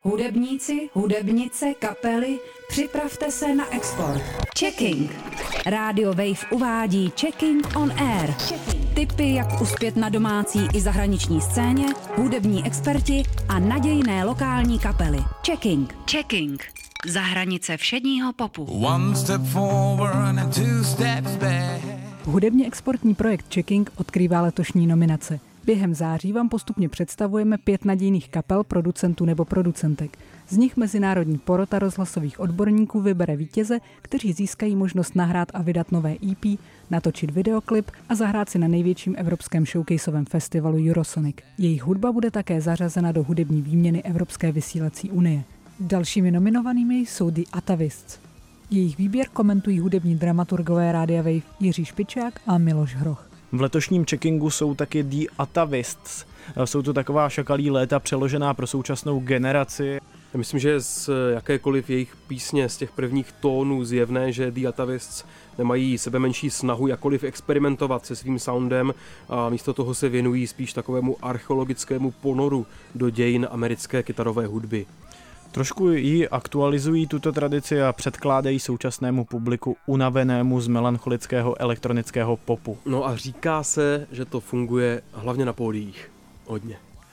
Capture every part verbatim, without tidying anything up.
Hudebníci, hudebnice, kapely, připravte se na export. Checking. Radio Wave uvádí Checking on Air. Tipy, jak uspět na domácí i zahraniční scéně, hudební experti a nadějné lokální kapely. Checking. Checking. Za hranice všedního popu. One step forward and two steps back. Hudebně exportní projekt Checking odkrývá letošní nominace. Během září vám postupně představujeme pět nadějných kapel, producentů nebo producentek. Z nich mezinárodní porota rozhlasových odborníků vybere vítěze, kteří získají možnost nahrát a vydat nové E P, natočit videoklip a zahrát si na největším evropském showcaseovém festivalu Eurosonic. Jejich hudba bude také zařazena do hudební výměny Evropské vysílací unie. Dalšími nominovanými jsou The Atavists. Jejich výběr komentují hudební dramaturgové Rádia Wave Jiří Špičák a Miloš Hroch. V letošním Checkingu jsou taky The Atavists. Jsou to taková šakalí léta přeložená pro současnou generaci. Já myslím, že z jakékoliv jejich písně, z těch prvních tónů zjevné, že The Atavists nemají sebe menší snahu jakkoliv experimentovat se svým soundem a místo toho se věnují spíš takovému archeologickému ponoru do dějin americké kytarové hudby. Trošku ji aktualizují tuto tradici a předkládají současnému publiku unavenému z melancholického elektronického popu. No a říká se, že to funguje hlavně na pódiích. Hodně.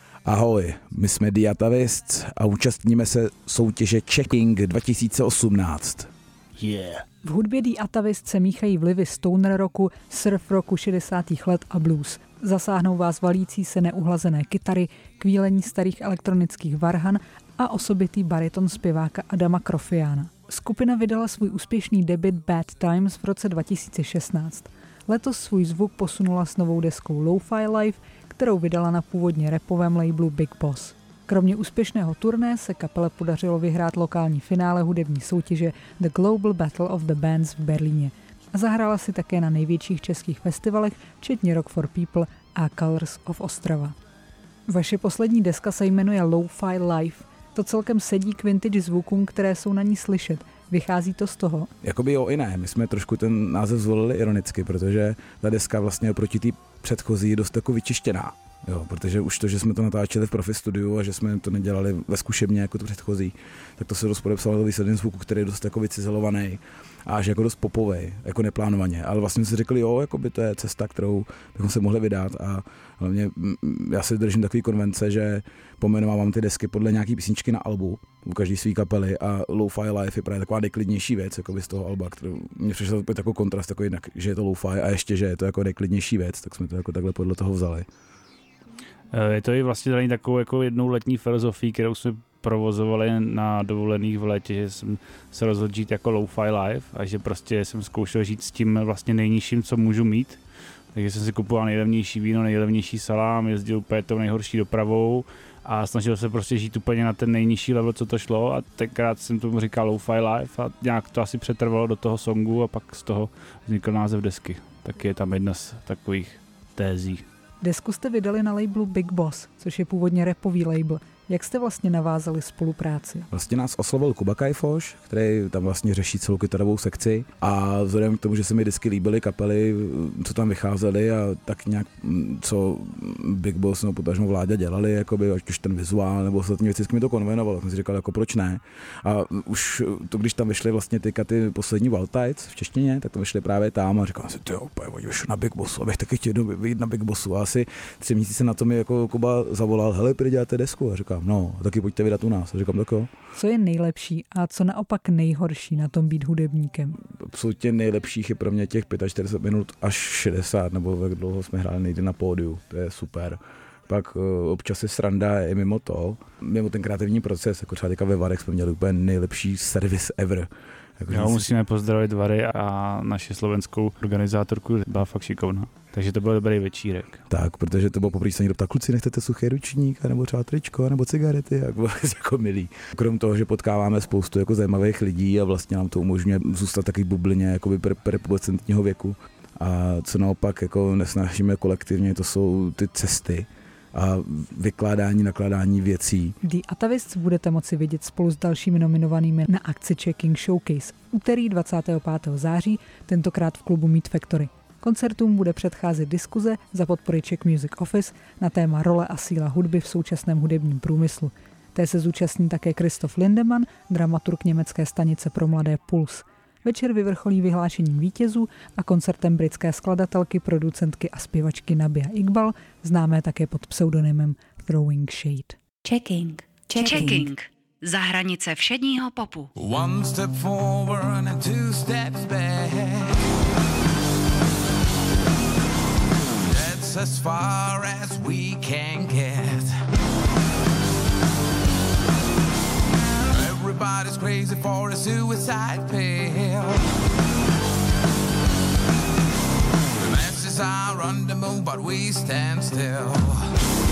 Ahoj, my jsme The Atavists a účastníme se soutěže Checking dva tisíce osmnáct. Yeah. V hudbě The Atavists se míchají vlivy stoner rocku, surf rocku šedesátých let a blues. Zasáhnou vás valící se neuhlazené kytary, kvílení starých elektronických varhan a osobitý bariton zpěváka Adama Krofiána. Skupina vydala svůj úspěšný debut Bad Times v roce dva tisíce šestnáct. Letos svůj zvuk posunula s novou deskou Lo-Fi Life, kterou vydala na původně rapovém labelu Big Boss. Kromě úspěšného turné se kapele podařilo vyhrát lokální finále hudební soutěže The Global Battle of the Bands v Berlíně. Zahrála si také na největších českých festivalech, včetně Rock for People a Colors of Ostrava. Vaše poslední deska se jmenuje Lo-Fi Life. To celkem sedí k vintage zvukům, které jsou na ní slyšet. Vychází to z toho? Jakoby jo i ne. My jsme trošku ten název zvolili ironicky, protože ta deska vlastně oproti té předchozí je dost jako vyčištěná. Jo, protože už to, že jsme to natáčeli v profi studiu a že jsme to nedělali ve zkušebně jako to předchozí, tak to se dost podepsalo do výsledného zvuku, který je dost jako vycizelovaný a až jako dost popovej, jako neplánovaně. Ale vlastně jsme si řekli, jo, jako by to je cesta, kterou bychom se mohli vydat a hlavně já si držím takový konvence, že pojmenovávám ty desky podle nějaký písničky na albu u každý svý kapely a Lo-Fi Life je právě taková nejklidnější věc jako by z toho alba, kterou mě přišel jako kontrast, jako jednak, že je to Lo-Fi a ještě, že je to jako nejklidnější věc, tak jsme to jako takhle podle toho vzali. Je to i vlastně daný takovou jako jednou letní filozofii, kterou jsme provozovali na dovolených v létě, že jsem se rozhodl žít jako Lo-Fi life a že prostě jsem zkoušel žít s tím vlastně nejnižším, co můžu mít. Takže jsem si kupoval nejlevnější víno, nejlevnější salám, jezdil úplně tou nejhorší dopravou a snažil se prostě žít úplně na ten nejnižší level, co to šlo a tenkrát jsem tomu říkal Lo-Fi life a nějak to asi přetrvalo do toho songu a pak z toho vznikl název desky. Tak je tam jedna z takových tézí. Desku jste vydali na labelu Big Boss, což je původně rapový label. Jak jste vlastně navázali spolupráci? Vlastně nás oslovil Kuba Kajfoš, který tam vlastně řeší celou kytarovou sekci a vzhledem k tomu, že se mi vždycky líbily kapely, co tam vycházely a tak nějak, co Big Boss nebo potažmo Vláďa dělali, jakoby, ať už ten vizuál nebo ostatní věci, mi to konvenovalo, jsem si říkal, jako proč ne. A už to, když tam vyšly vlastně teďka ty poslední Wild Tides v češtině, tak to vyšly právě tam a říkal jsem si, ty úplně, oni vyšli na Big Bossu, abych taky chtěl vyjít na Big Bossu. A asi tři měsíce na to mi jako Kuba zavolal, hele, prý děláte desku a říkám, no, taky pojďte vydat u nás. A říkám, tak jo. Co je nejlepší a co naopak nejhorší na tom být hudebníkem? Absolutně nejlepších je pro mě těch čtyřicet pět minut až šedesát, nebo jak dlouho jsme hráli někdy na pódiu. To je super. Pak uh, občas je sranda i mimo to, mimo ten kreativní proces, jako třeba teďka ve Varech jsme měli úplně nejlepší servis ever. Jako jo, musíme pozdravit Vary a naši slovenskou organizátorku, byla fakt šikovná. Takže to byl dobrý večírek. Tak, protože to bylo poprvé se někdo ptal, kluci, nechcete suchý ručník, nebo třeba tričko, nebo cigarety, jako, jako milý. Krom toho, že potkáváme spoustu jako zajímavých lidí a vlastně nám to umožňuje zůstat takový bublině jakoby prepubescentního věku. A co naopak jako nesnažíme kolektivně, to jsou ty cesty a vykládání, nakládání věcí. The Atavists budete moci vidět spolu s dalšími nominovanými na akci Checking Showcase v úterý dvacátého pátého září, tentokrát v klubu Meat Factory. Koncertům bude předcházet diskuze za podpory Czech Music Office na téma role a síla hudby v současném hudebním průmyslu. Té se zúčastní také Christoph Lindemann, dramaturg německé stanice pro mladé Puls. Večer vyvrcholí vyhlášením vítězů a koncertem britské skladatelky, producentky a zpěvačky Nabia Iqbal, známé také pod pseudonymem Throwing Shade. Checking. Checking. Checking. Za hranice všedního popu. One step forward and two steps back. That's as far as we can get. Everybody's crazy for a suicide pill. The masses are on the move, but we stand still.